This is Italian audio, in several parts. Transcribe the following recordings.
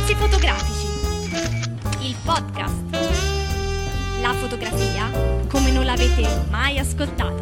Discorsi fotografici, il podcast. La fotografia come non l'avete mai ascoltata.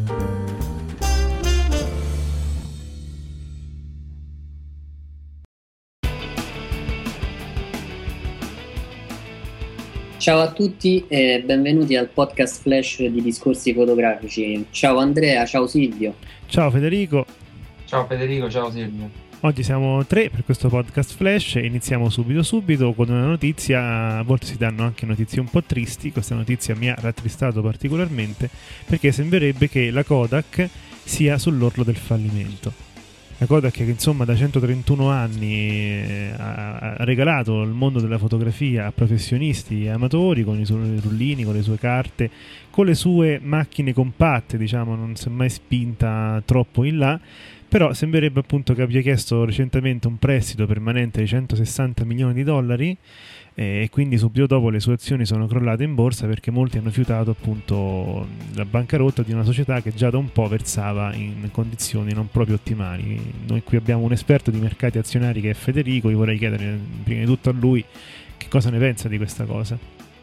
Ciao a tutti e benvenuti al podcast flash di Discorsi fotografici. Ciao Andrea, ciao Silvio. Ciao Federico. Ciao Federico, ciao Silvio. Oggi siamo tre per questo podcast flash e iniziamo subito con una notizia. A volte si danno anche notizie un po' tristi. Questa notizia mi ha rattristato particolarmente perché sembrerebbe che la Kodak sia sull'orlo del fallimento. La Kodak che insomma da 131 anni ha regalato il mondo della fotografia a professionisti e amatori con i suoi rullini, con le sue carte, con le sue macchine compatte, diciamo, non si è mai spinta troppo in là. Però sembrerebbe appunto che abbia chiesto recentemente un prestito permanente di 160 milioni di dollari e quindi subito dopo le sue azioni sono crollate in borsa perché molti hanno fiutato appunto la bancarotta di una società che già da un po' versava in condizioni non proprio ottimali. Noi qui abbiamo un esperto di mercati azionari che è Federico, io vorrei chiedere prima di tutto a lui che cosa ne pensa di questa cosa.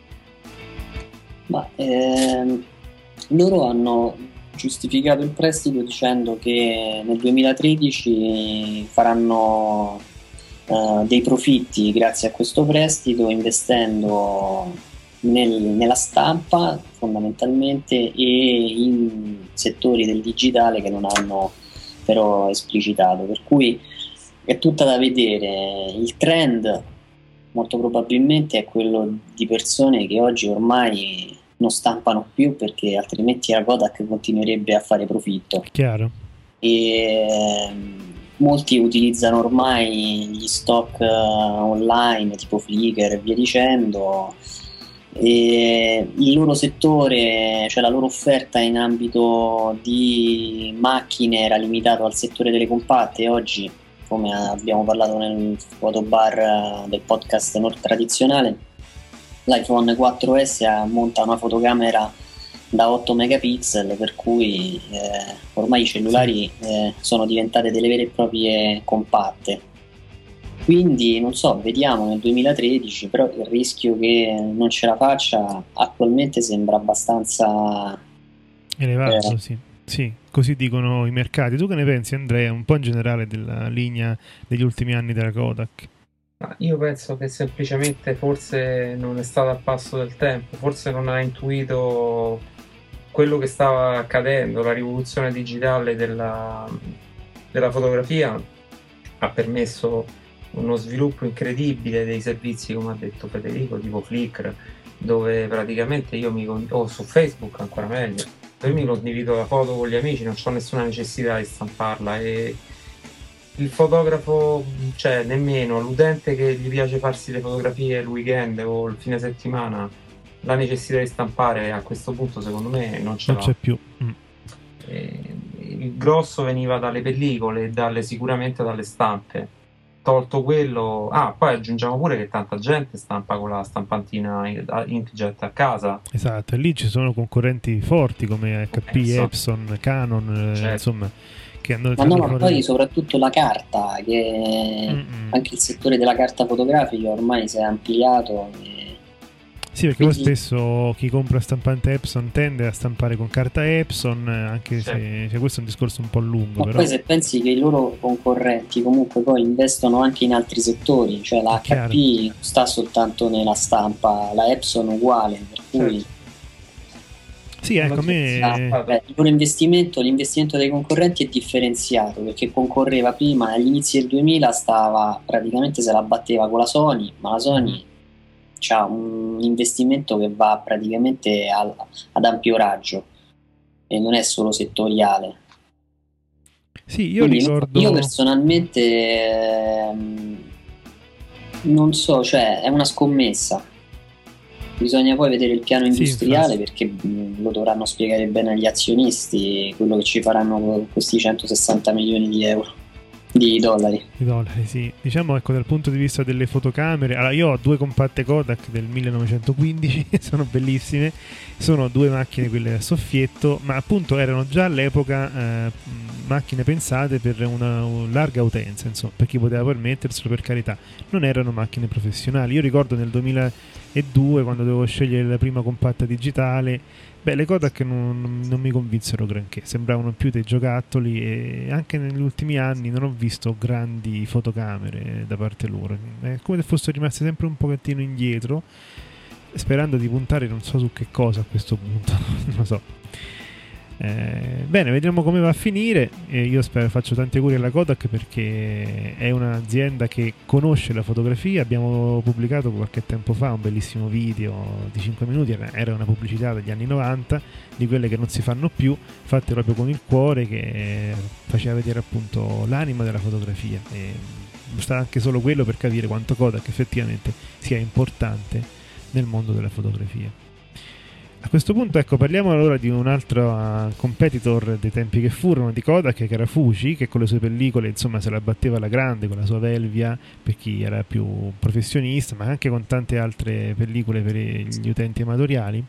Loro hanno giustificato il prestito dicendo che nel 2013 faranno dei profitti grazie a questo prestito investendo nella stampa fondamentalmente e in settori del digitale che non hanno però esplicitato, per cui è tutta da vedere. Il trend molto probabilmente è quello di persone che oggi ormai non stampano più perché altrimenti la Kodak continuerebbe a fare profitto. Chiaro. E molti utilizzano ormai gli stock online tipo Flickr e via dicendo, e il loro settore, cioè la loro offerta in ambito di macchine era limitato al settore delle compatte. Oggi, come abbiamo parlato nel fotobar del podcast non tradizionale, l'iPhone 4S monta una fotocamera da 8 megapixel, per cui ormai i cellulari sono diventate delle vere e proprie compatte. Quindi non so, vediamo nel 2013, però il rischio che non ce la faccia attualmente sembra abbastanza elevato, sì, così dicono i mercati. Tu che ne pensi, Andrea, un po' in generale della linea degli ultimi anni della Kodak? Io penso che semplicemente forse non è stata al passo del tempo, forse non ha intuito quello che stava accadendo. La rivoluzione digitale della fotografia ha permesso uno sviluppo incredibile dei servizi, come ha detto Federico, tipo Flickr, dove praticamente o su Facebook ancora meglio, io mi condivido la foto con gli amici, non ho nessuna necessità di stamparla, e il fotografo, cioè nemmeno l'utente che gli piace farsi le fotografie il weekend o il fine settimana, la necessità di stampare a questo punto secondo me non c'è più. Il grosso veniva dalle pellicole e sicuramente dalle stampe. Tolto quello, poi aggiungiamo pure che tanta gente stampa con la stampantina inkjet a casa. Esatto, e lì ci sono concorrenti forti come HP, Epson, Canon, certo. Insomma, che hanno ma poi soprattutto la carta, che anche il settore della carta fotografica ormai si è ampliato. Sì, perché poi spesso chi compra stampante Epson tende a stampare con carta Epson, anche se questo è un discorso un po' lungo. Ma però poi se pensi che i loro concorrenti comunque poi investono anche in altri settori, cioè la HP non sta soltanto nella stampa, la Epson uguale, per cui sì, ecco, il loro l'investimento dei concorrenti è differenziato, perché concorreva prima agli inizi del 2000, stava praticamente, se la batteva con la Sony, ma la Sony c'ha un investimento che va praticamente ad ampio raggio e non è solo settoriale. Sì, io ricordo. Io personalmente non so, cioè è una scommessa. Bisogna poi vedere il piano industriale, perché lo dovranno spiegare bene agli azionisti quello che ci faranno con questi 160 milioni di euro. Di dollari. Sì. Diciamo, ecco, dal punto di vista delle fotocamere, allora io ho 2 compatte Kodak del 1915, sono bellissime, sono 2 macchine quelle a soffietto, ma appunto erano già all'epoca macchine pensate per una larga utenza, insomma, per chi poteva permetterselo, per carità. Non erano macchine professionali. Io ricordo nel 2002, quando dovevo scegliere la prima compatta digitale, le Kodak non mi convinsero granché, sembravano più dei giocattoli, e anche negli ultimi anni non ho visto grandi fotocamere da parte loro. È come se fossero rimasti sempre un pochettino indietro, sperando di puntare non so su che cosa a questo punto. Non lo so. Bene, vediamo come va a finire. Io faccio tanti auguri alla Kodak, perché è un'azienda che conosce la fotografia. Abbiamo pubblicato qualche tempo fa un bellissimo video di 5 minuti, era una pubblicità degli anni 90, di quelle che non si fanno più, fatte proprio con il cuore, che faceva vedere appunto l'anima della fotografia, e sta anche solo quello per capire quanto Kodak effettivamente sia importante nel mondo della fotografia. A questo punto, ecco, parliamo allora di un altro competitor dei tempi che furono di Kodak, che era Fuji, che con le sue pellicole insomma se la batteva alla grande, con la sua Velvia per chi era più professionista, ma anche con tante altre pellicole per gli utenti amatoriali.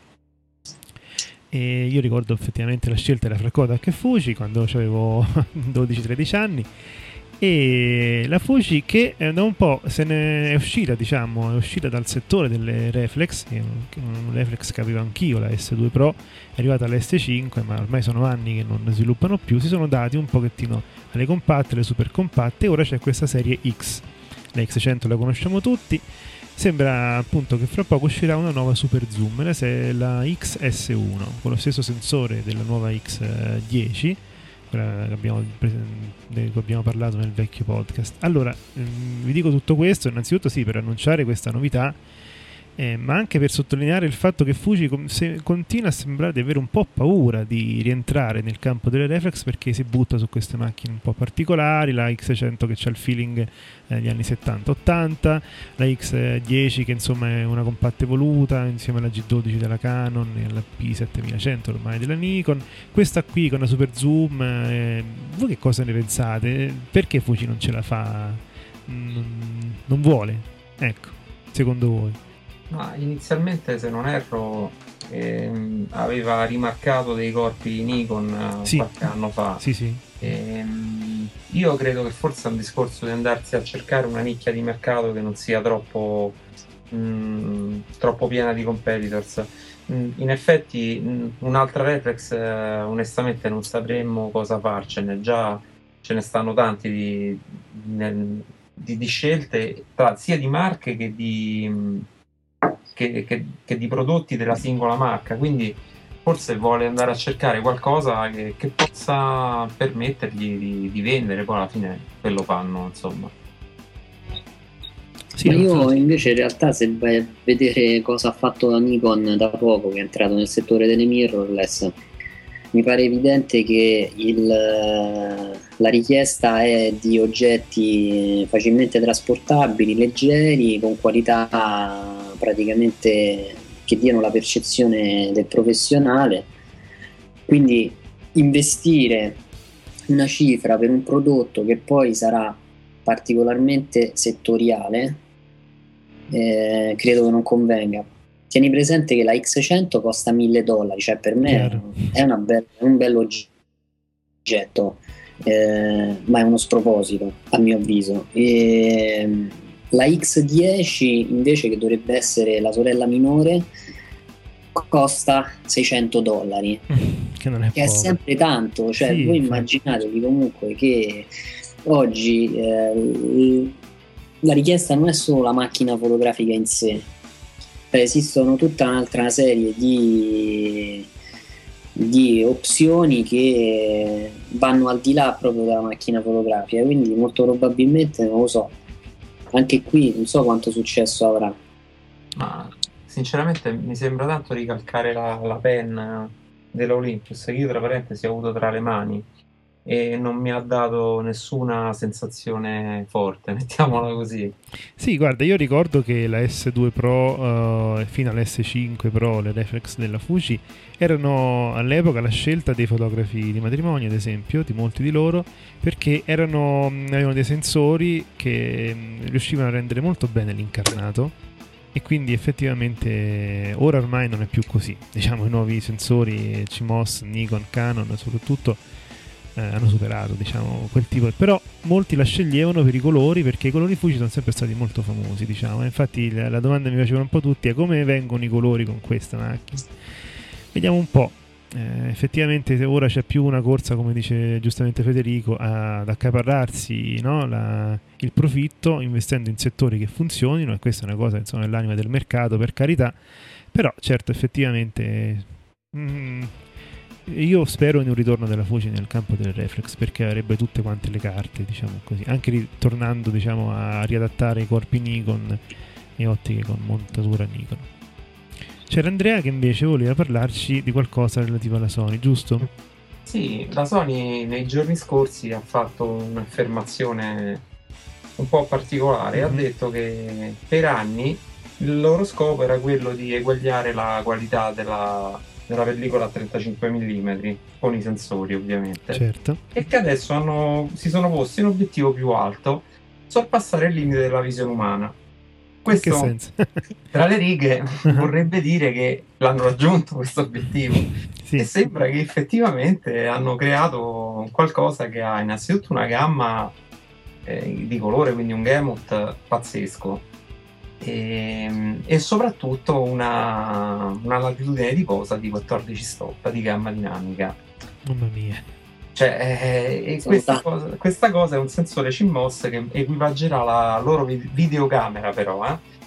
E io ricordo effettivamente la scelta era fra Kodak e Fuji quando avevo 12-13 anni. E la Fuji, che da un po' se ne è uscita, diciamo, è uscita dal settore delle reflex, che un reflex che avevo anch'io, la S2 Pro, è arrivata alla S5, ma ormai sono anni che non sviluppano più. Si sono dati un pochettino alle compatte, alle super compatte, e ora c'è questa serie X. La X100 la conosciamo tutti, sembra appunto che fra poco uscirà una nuova super zoom, la XS1, con lo stesso sensore della nuova X10, di cui abbiamo parlato nel vecchio podcast. Allora, vi dico tutto questo innanzitutto per annunciare questa novità, ma anche per sottolineare il fatto che Fuji continua a sembrare di avere un po' paura di rientrare nel campo delle reflex, perché si butta su queste macchine un po' particolari, la X100 che c'ha il feeling degli anni 70-80, la X10 che insomma è una compatta evoluta insieme alla G12 della Canon e alla P7100 ormai della Nikon, questa qui con la super zoom. Voi che cosa ne pensate? Perché Fuji non ce la fa? Non vuole? Ecco, secondo voi? Ma inizialmente, se non erro, aveva rimarcato dei corpi di Nikon qualche anno fa. Sì. Io credo che forse è un discorso di andarsi a cercare una nicchia di mercato che non sia troppo piena di competitors. In effetti un'altra reflex onestamente non sapremmo cosa farcene, già ce ne stanno tanti di scelte, sia di marche che di prodotti della singola marca, quindi forse vuole andare a cercare qualcosa che possa permettergli di vendere, poi alla fine quello fanno, insomma. Sì, ma io invece in realtà, se vai a vedere cosa ha fatto la Nikon da poco, che è entrato nel settore delle mirrorless, mi pare evidente che la richiesta è di oggetti facilmente trasportabili, leggeri, con qualità praticamente che diano la percezione del professionale. Quindi investire una cifra per un prodotto che poi sarà particolarmente settoriale, credo che non convenga. Tieni presente che la X100 costa $1.000, cioè per me è un bello oggetto, ma è uno sproposito a mio avviso. La X10 invece, che dovrebbe essere la sorella minore, costa $600, che è sempre tanto, cioè voi immaginatevi comunque che oggi la richiesta non è solo la macchina fotografica in sé, esistono tutta un'altra serie di opzioni che vanno al di là proprio della macchina fotografica, quindi molto probabilmente, non lo so, anche qui non so quanto successo avrà. Ma sinceramente mi sembra tanto ricalcare la penna dell'Olympus, che io tra parentesi ho avuto tra le mani e non mi ha dato nessuna sensazione forte, mettiamola così. Sì, guarda, io ricordo che la S2 Pro fino all'S5 Pro, le reflex della Fuji, erano all'epoca la scelta dei fotografi di matrimonio, ad esempio, di molti di loro, perché avevano dei sensori che riuscivano a rendere molto bene l'incarnato, e quindi effettivamente ora ormai non è più così. Diciamo, i nuovi sensori CMOS, Nikon, Canon soprattutto hanno superato, diciamo, quel tipo. Però molti la sceglievano per i colori, perché i colori Fuji sono sempre stati molto famosi, diciamo. Infatti la domanda mi facevano un po' tutti è: come vengono i colori con questa macchina? Vediamo un po'. Effettivamente ora c'è più una corsa, come dice giustamente Federico, ad accaparrarsi, no, il profitto, investendo in settori che funzionino, e questa è una cosa, insomma, nell'anima del mercato, per carità. Però certo, effettivamente io spero in un ritorno della Fuji nel campo del reflex, perché avrebbe tutte quante le carte, diciamo così, anche ritornando, diciamo, a riadattare i corpi Nikon e ottiche con montatura Nikon. C'era Andrea che invece voleva parlarci di qualcosa relativo alla Sony, giusto? Sì, la Sony nei giorni scorsi ha fatto un'affermazione un po' particolare. Ha detto che per anni il loro scopo era quello di eguagliare la qualità della pellicola a 35 mm con i sensori, ovviamente. Certo. E che adesso si sono posti un obiettivo più alto: sorpassare il limite della visione umana. Questo, che senso? tra le righe, vorrebbe dire che l'hanno raggiunto questo obiettivo. Sì. E sembra che effettivamente hanno creato qualcosa che ha innanzitutto una gamma di colore, quindi un gamut pazzesco, e soprattutto una latitudine di posa di 14 stop di gamma dinamica. Mamma mia. Cioè, questa cosa è un sensore CMOS che equipaggerà la loro videocamera, però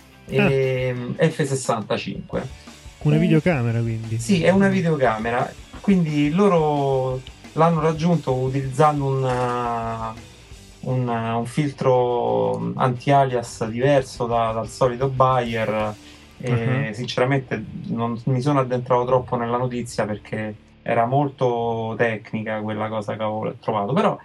F65. Una videocamera, quindi? Sì, è una videocamera. Quindi loro l'hanno raggiunto utilizzando un filtro anti-alias diverso dal solito Bayer. Sinceramente non mi sono addentrato troppo nella notizia, perché era molto tecnica quella cosa che avevo trovato, però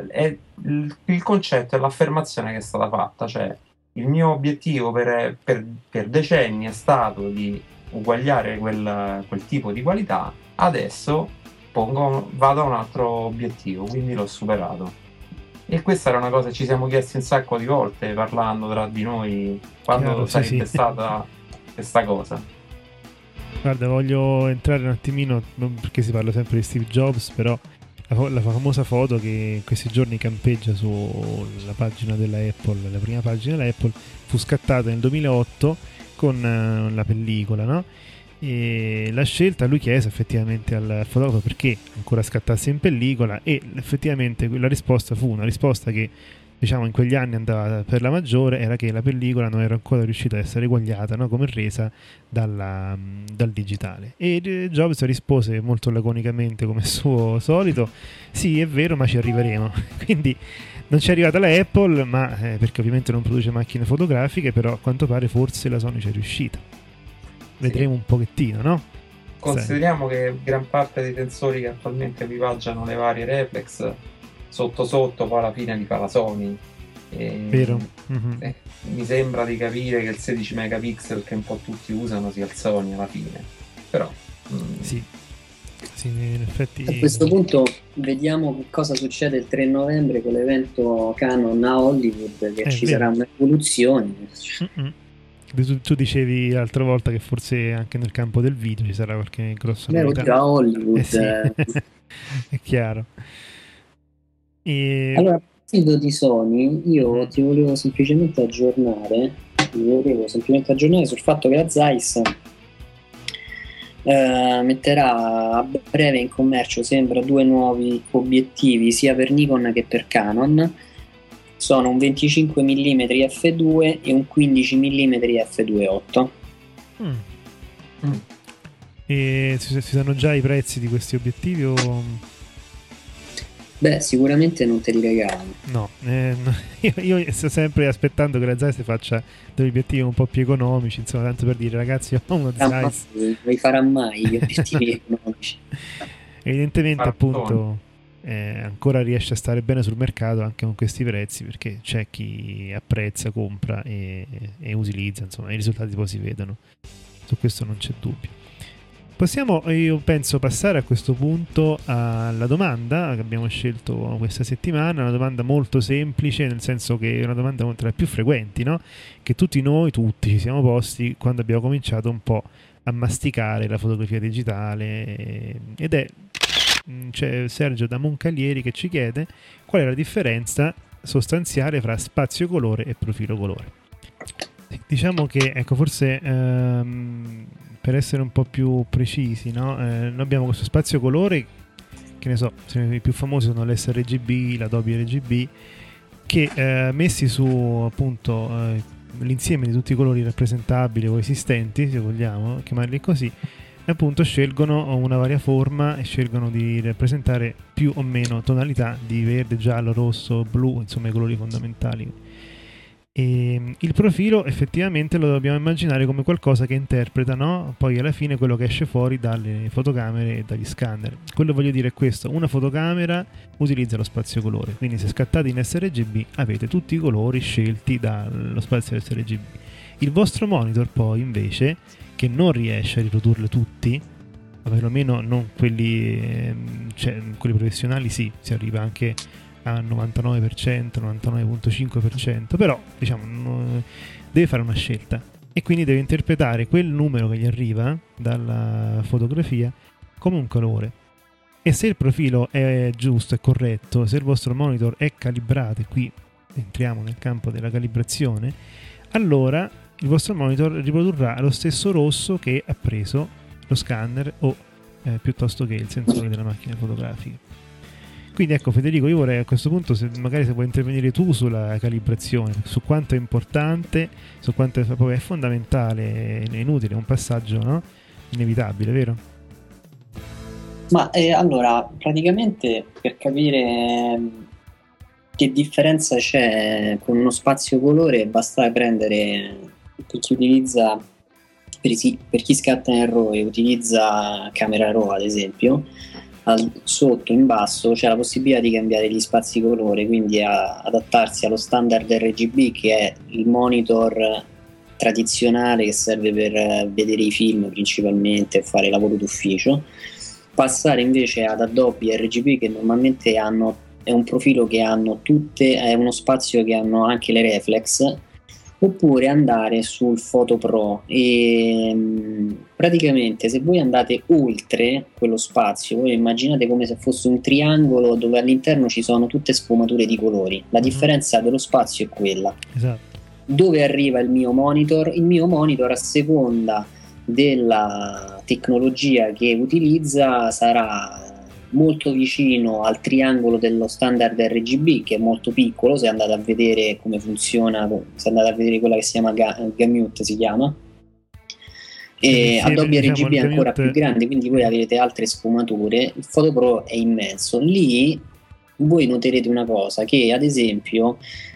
il concetto e l'affermazione che è stata fatta, cioè il mio obiettivo per decenni è stato di uguagliare quel tipo di qualità, adesso vado a un altro obiettivo, quindi l'ho superato. E questa era una cosa che ci siamo chiesti un sacco di volte parlando tra di noi, quando sarebbe stata questa cosa. Guarda, voglio entrare un attimino, non perché si parla sempre di Steve Jobs, però la famosa foto che in questi giorni campeggia sulla pagina della Apple, la prima pagina della Apple, fu scattata nel 2008 con la pellicola, no? E la scelta, lui chiese effettivamente al fotografo perché ancora scattasse in pellicola, e effettivamente la risposta fu una risposta che, diciamo, in quegli anni andava per la maggiore, era che la pellicola non era ancora riuscita ad essere eguagliata, no, come resa dal digitale. E Jobs rispose molto laconicamente, come suo solito: sì, è vero, ma ci arriveremo. Quindi non ci è arrivata la Apple, ma perché ovviamente non produce macchine fotografiche, però a quanto pare forse la Sony ci è riuscita. Vedremo un pochettino, no? Consideriamo che gran parte dei sensori che attualmente equipaggiano le varie reflex sotto poi alla fine li fa la Sony. Vero. Mi sembra di capire che il 16 megapixel che un po' tutti usano sia il Sony alla fine, però sì, in effetti. A questo punto vediamo che cosa succede il 3 novembre con l'evento Canon a Hollywood, che ci sarà un'evoluzione. Tu dicevi l'altra volta che forse anche nel campo del video ci sarà qualche grossa novità. Già a Hollywood. Sì. È chiaro. Allora, a proposito di Sony, io ti volevo semplicemente aggiornare sul fatto che la Zeiss metterà a breve in commercio, sembra, 2 nuovi obiettivi sia per Nikon che per Canon. Sono un 25 mm f2 e un 15 mm f2.8. E si sanno già i prezzi di questi obiettivi o... Beh, sicuramente non te li regalano. No, io sto sempre aspettando che la Zeiss faccia degli obiettivi un po' più economici, insomma, tanto per dire: ragazzi, ho una Zeiss. Non li farà mai gli obiettivi economici. Evidentemente, appunto, ancora riesce a stare bene sul mercato anche con questi prezzi, perché c'è chi apprezza, compra e utilizza, insomma, i risultati poi si vedono. Su questo non c'è dubbio. Possiamo, io penso, passare a questo punto alla domanda che abbiamo scelto questa settimana, una domanda molto semplice, nel senso che è una domanda tra le più frequenti, no? Che tutti ci siamo posti quando abbiamo cominciato un po' a masticare la fotografia digitale, ed è: c'è Sergio da Moncalieri che ci chiede qual è la differenza sostanziale fra spazio colore e profilo colore. Diciamo che, ecco, forse per essere un po' più precisi, no? Noi abbiamo questo spazio colore, che ne so, i più famosi sono l'sRGB, l'Adobe RGB, che messi su appunto l'insieme di tutti i colori rappresentabili o esistenti, se vogliamo chiamarli così, appunto scelgono una varia forma e scelgono di rappresentare più o meno tonalità di verde, giallo, rosso, blu, insomma i colori fondamentali. E il profilo effettivamente lo dobbiamo immaginare come qualcosa che interpreta, no? Poi alla fine quello che esce fuori dalle fotocamere e dagli scanner. Quello che voglio dire è questo: una fotocamera utilizza lo spazio colore, quindi se scattate in sRGB avete tutti i colori scelti dallo spazio sRGB. Il vostro monitor poi invece, che non riesce a riprodurli tutti, ma perlomeno non quelli, quelli professionali, sì, si arriva anche al 99%, 99,5%, però diciamo deve fare una scelta e quindi deve interpretare quel numero che gli arriva dalla fotografia come un colore. E se il profilo è giusto, è corretto, se il vostro monitor è calibrato, e qui entriamo nel campo della calibrazione, allora il vostro monitor riprodurrà lo stesso rosso che ha preso lo scanner o piuttosto che il sensore della macchina fotografica. Quindi ecco, Federico, io vorrei a questo punto, se vuoi intervenire tu sulla calibrazione, su quanto è importante, su quanto è fondamentale, è inutile, è un passaggio, no? Inevitabile, vero? Ma allora, praticamente per capire che differenza c'è con uno spazio colore basta prendere, per chi utilizza, per chi scatta in RAW e utilizza camera RAW ad esempio, sotto in basso c'è la possibilità di cambiare gli spazi colore, quindi adattarsi allo standard RGB, che è il monitor tradizionale che serve per vedere i film principalmente e fare lavoro d'ufficio, passare invece ad Adobe RGB, che normalmente è un profilo che hanno tutte, è uno spazio che hanno anche le reflex, oppure andare sul Photo Pro. E praticamente se voi andate oltre quello spazio, voi immaginate come se fosse un triangolo dove all'interno ci sono tutte sfumature di colori. La differenza dello spazio è quella. Esatto. Dove arriva il mio monitor? Il mio monitor, a seconda della tecnologia che utilizza, sarà molto vicino al triangolo dello standard RGB, che è molto piccolo. Se andate a vedere come funziona, se andate a vedere quella che si chiama Gamut, si chiama, e Adobe RGB è ancora più grande, quindi voi avete altre sfumature. Il Photo Pro è immenso. Lì voi noterete una cosa, che ad esempio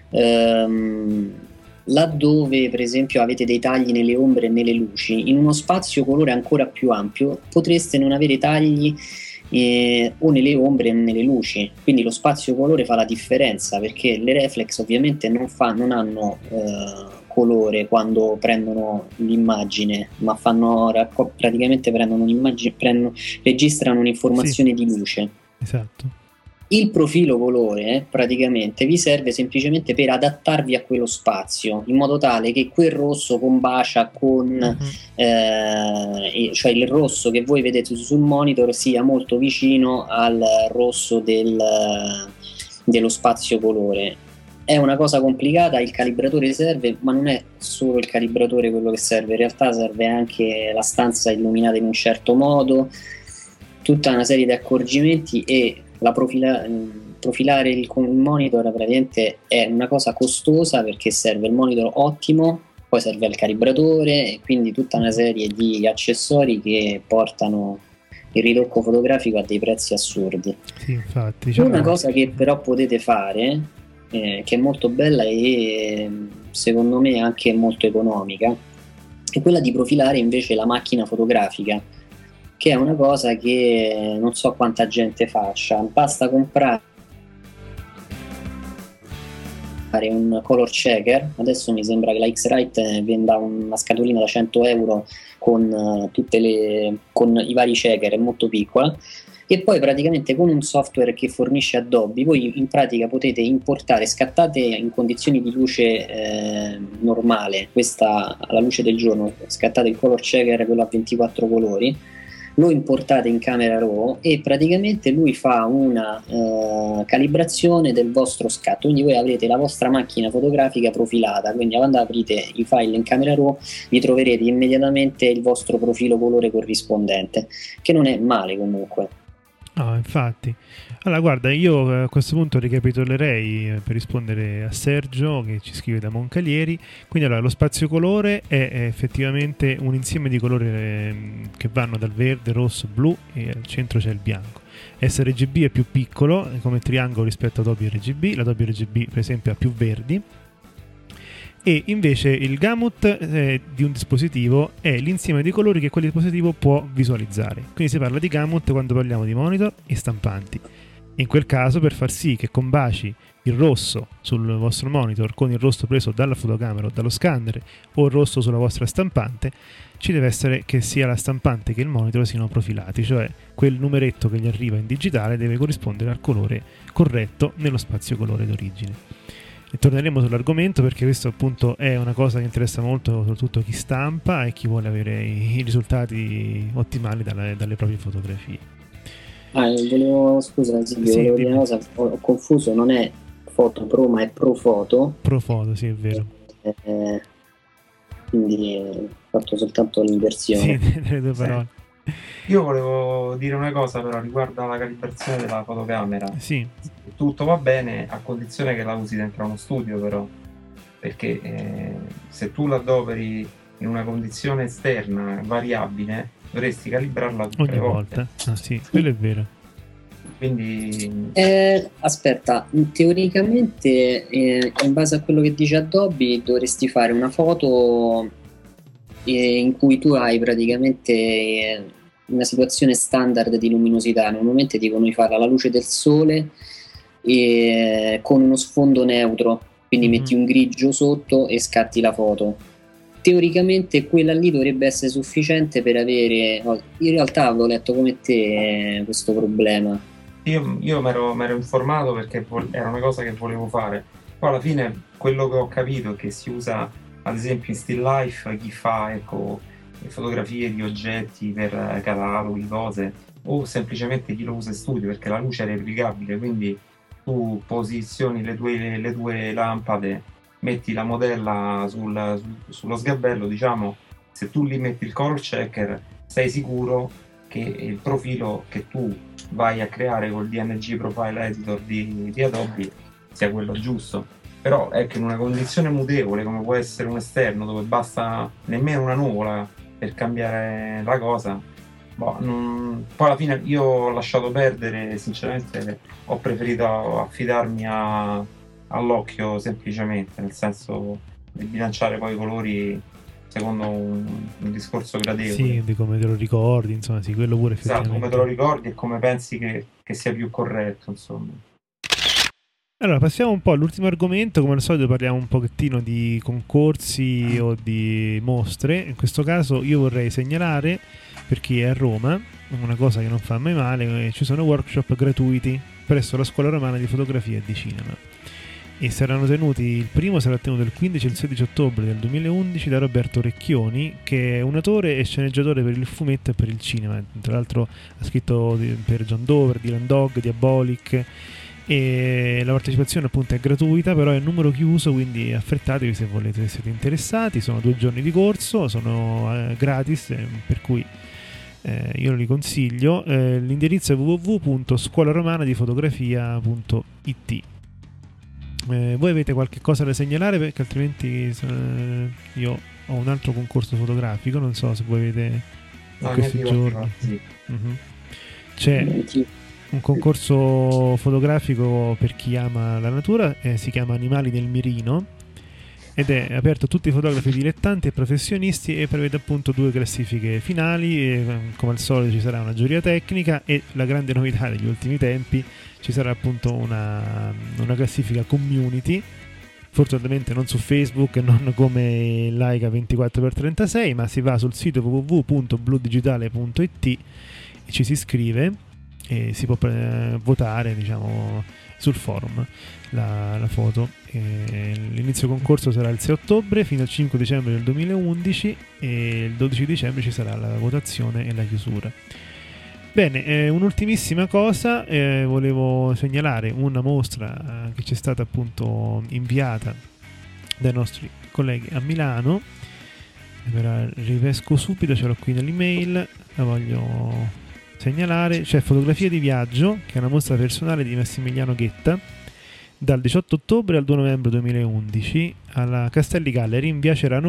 laddove per esempio avete dei tagli nelle ombre e nelle luci, in uno spazio colore ancora più ampio potreste non avere tagli o nelle ombre o nelle luci, quindi lo spazio colore fa la differenza, perché le reflex ovviamente non hanno colore quando prendono l'immagine, ma praticamente prendono un'immagine, registrano un'informazione di luce. Esatto. Il profilo colore praticamente vi serve semplicemente per adattarvi a quello spazio, in modo tale che quel rosso combacia con cioè il rosso che voi vedete sul monitor sia molto vicino al rosso dello spazio colore. È una cosa complicata, il calibratore serve, ma non è solo il calibratore quello che serve, in realtà serve anche la stanza illuminata in un certo modo, tutta una serie di accorgimenti, e profilare il monitor praticamente è una cosa costosa, perché serve il monitor ottimo, poi serve il calibratore e quindi tutta una serie di accessori che portano il ritocco fotografico a dei prezzi assurdi. Sì, infatti, diciamo... Una cosa che però potete fare, che è molto bella e secondo me anche molto economica, è quella di profilare invece la macchina fotografica, che è una cosa che non so quanta gente faccia. Basta comprare un color checker. Adesso mi sembra che la X-Rite venda una scatolina da 100 euro con con i vari checker, è molto piccola, e poi praticamente con un software che fornisce Adobe voi in pratica potete importare, scattate in condizioni di luce normale, questa alla luce del giorno, scattate il color checker, quello a 24 colori, lo importate in Camera Raw e praticamente lui fa una calibrazione del vostro scatto, quindi voi avrete la vostra macchina fotografica profilata, quindi quando aprite i file in Camera Raw vi troverete immediatamente il vostro profilo colore corrispondente, che non è male comunque. No, infatti. Allora, guarda, io a questo punto ricapitolerei per rispondere a Sergio che ci scrive da Moncalieri. Quindi, allora, lo spazio colore è effettivamente un insieme di colori che vanno dal verde, rosso, blu e al centro c'è il bianco. sRGB è più piccolo come triangolo rispetto ad Adobe RGB. L'Adobe RGB, per esempio, ha più verdi. E invece il gamut di un dispositivo è l'insieme di colori che quel dispositivo può visualizzare. Quindi si parla di gamut quando parliamo di monitor e stampanti. In quel caso, per far sì che combaci il rosso sul vostro monitor con il rosso preso dalla fotocamera o dallo scanner o il rosso sulla vostra stampante, ci deve essere che sia la stampante che il monitor siano profilati, cioè quel numeretto che gli arriva in digitale deve corrispondere al colore corretto nello spazio colore d'origine. E torneremo sull'argomento perché questo appunto è una cosa che interessa molto soprattutto chi stampa e chi vuole avere i risultati ottimali dalle proprie fotografie. Scusa Silvio, volevo dire una cosa, ho confuso, non è Foto Pro ma è Pro Foto. Pro Foto, sì, è vero. Quindi ho fatto soltanto l'inversione. Sì, nelle due parole. Io volevo dire una cosa però riguardo alla calibrazione della fotocamera. Sì. Tutto va bene a condizione che la usi dentro uno studio però, perché se tu la adoperi in una condizione esterna variabile dovresti calibrarla tutte ogni le volte. volta. Ah sì, quello è vero. Quindi aspetta, teoricamente in base a quello che dice Adobe dovresti fare una foto in cui tu hai praticamente una situazione standard di luminosità. Normalmente dicono di farla alla luce del sole e con uno sfondo neutro, quindi metti un grigio sotto e scatti la foto. Teoricamente quella lì dovrebbe essere sufficiente per avere, in realtà avevo letto come te questo problema. Io mi ero informato perché era una cosa che volevo fare, poi alla fine quello che ho capito è che si usa ad esempio in still life chi fa fotografie di oggetti per cataloghi, cose, o semplicemente chi lo usa in studio perché la luce è replicabile, quindi tu posizioni le due lampade, metti la modella sullo sgabello, diciamo, se tu lì metti il color checker sei sicuro che il profilo che tu vai a creare col DNG Profile Editor di Adobe sia quello giusto. Però è che in una condizione mutevole come può essere un esterno dove basta nemmeno una nuvola per cambiare la cosa, poi alla fine io ho lasciato perdere, sinceramente ho preferito affidarmi all'occhio semplicemente, nel senso di bilanciare poi i colori secondo un discorso gradevole. Sì, di come te lo ricordi, insomma, sì, quello pure effettivamente. Esatto, come te lo ricordi e come pensi che sia più corretto, insomma. Allora, passiamo un po' all'ultimo argomento. Come al solito parliamo un pochettino di concorsi o di mostre. In questo caso io vorrei segnalare, per chi è a Roma, una cosa che non fa mai male, ci sono workshop gratuiti presso la Scuola Romana di Fotografia e di Cinema. E saranno tenuti, il primo sarà tenuto il 15 e il 16 ottobre del 2011 da Roberto Recchioni, che è un autore e sceneggiatore per il fumetto e per il cinema. Tra l'altro ha scritto per John Doe, per Dylan Dog, Diabolic, e la partecipazione appunto è gratuita, però è un numero chiuso, quindi affrettatevi se volete, siete interessati. Sono 2 giorni di corso, sono gratis, per cui io li consiglio. L'indirizzo è www.scuolaromanadifotografia.it. Voi avete qualche cosa da segnalare? Perché altrimenti io ho un altro concorso fotografico, non so se voi avete in questi giorni. Sì. C'è un concorso fotografico per chi ama la natura, si chiama Animali nel Mirino ed è aperto a tutti i fotografi dilettanti e professionisti e prevede appunto 2 classifiche finali e, come al solito ci sarà una giuria tecnica e la grande novità degli ultimi tempi, ci sarà appunto una classifica community, fortunatamente non su Facebook, non come Leica 24x36, ma si va sul sito www.bludigitale.it e ci si iscrive e si può votare, diciamo, sul forum la foto. Il l'inizio concorso sarà il 6 ottobre fino al 5 dicembre del 2011 e il 12 dicembre ci sarà la votazione e la chiusura. Bene, un'ultimissima cosa, volevo segnalare una mostra che ci è stata appunto inviata dai nostri colleghi a Milano. Ve la ripesco subito, ce l'ho qui nell'email, la voglio segnalare. C'è Fotografia di viaggio, che è una mostra personale di Massimiliano Ghetta, dal 18 ottobre al 2 novembre 2011 alla Castelli Gallery in via Cerano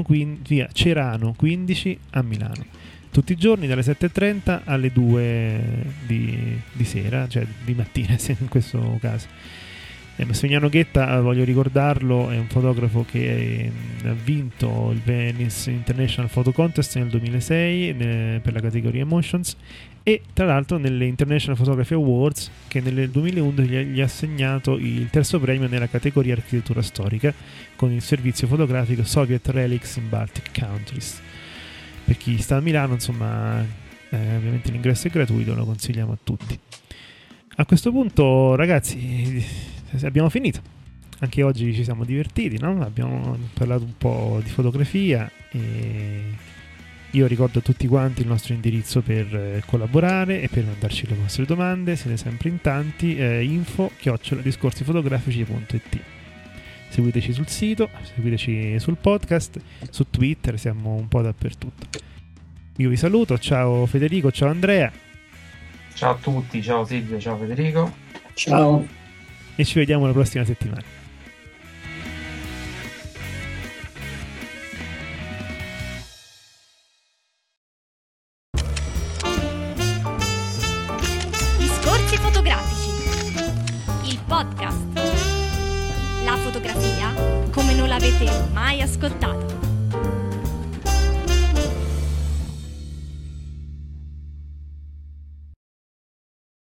15 a Milano. Tutti i giorni dalle 7:30 alle 2 di sera, cioè di mattina in questo caso. Massimiliano Ghetta, voglio ricordarlo, è un fotografo che ha vinto il Venice International Photo Contest nel 2006 per la categoria Emotions, e tra l'altro nelle International Photography Awards, che nel 2011 gli ha assegnato il terzo premio nella categoria architettura storica con il servizio fotografico Soviet Relics in Baltic Countries. Per chi sta a Milano, insomma, ovviamente l'ingresso è gratuito, lo consigliamo a tutti. A questo punto, ragazzi, abbiamo finito. Anche oggi ci siamo divertiti, no? Abbiamo parlato un po' di fotografia e io ricordo a tutti quanti il nostro indirizzo per collaborare e per mandarci le vostre domande. Siete sempre in tanti. info@discorsifotografici.it. Seguiteci sul sito, seguiteci sul podcast, su Twitter, siamo un po' dappertutto. Io vi saluto, ciao Federico, ciao Andrea. Ciao a tutti, ciao Silvia, ciao Federico. Ciao. E ci vediamo la prossima settimana. Discorsi fotografici, il podcast. La fotografia come non l'avete mai ascoltata.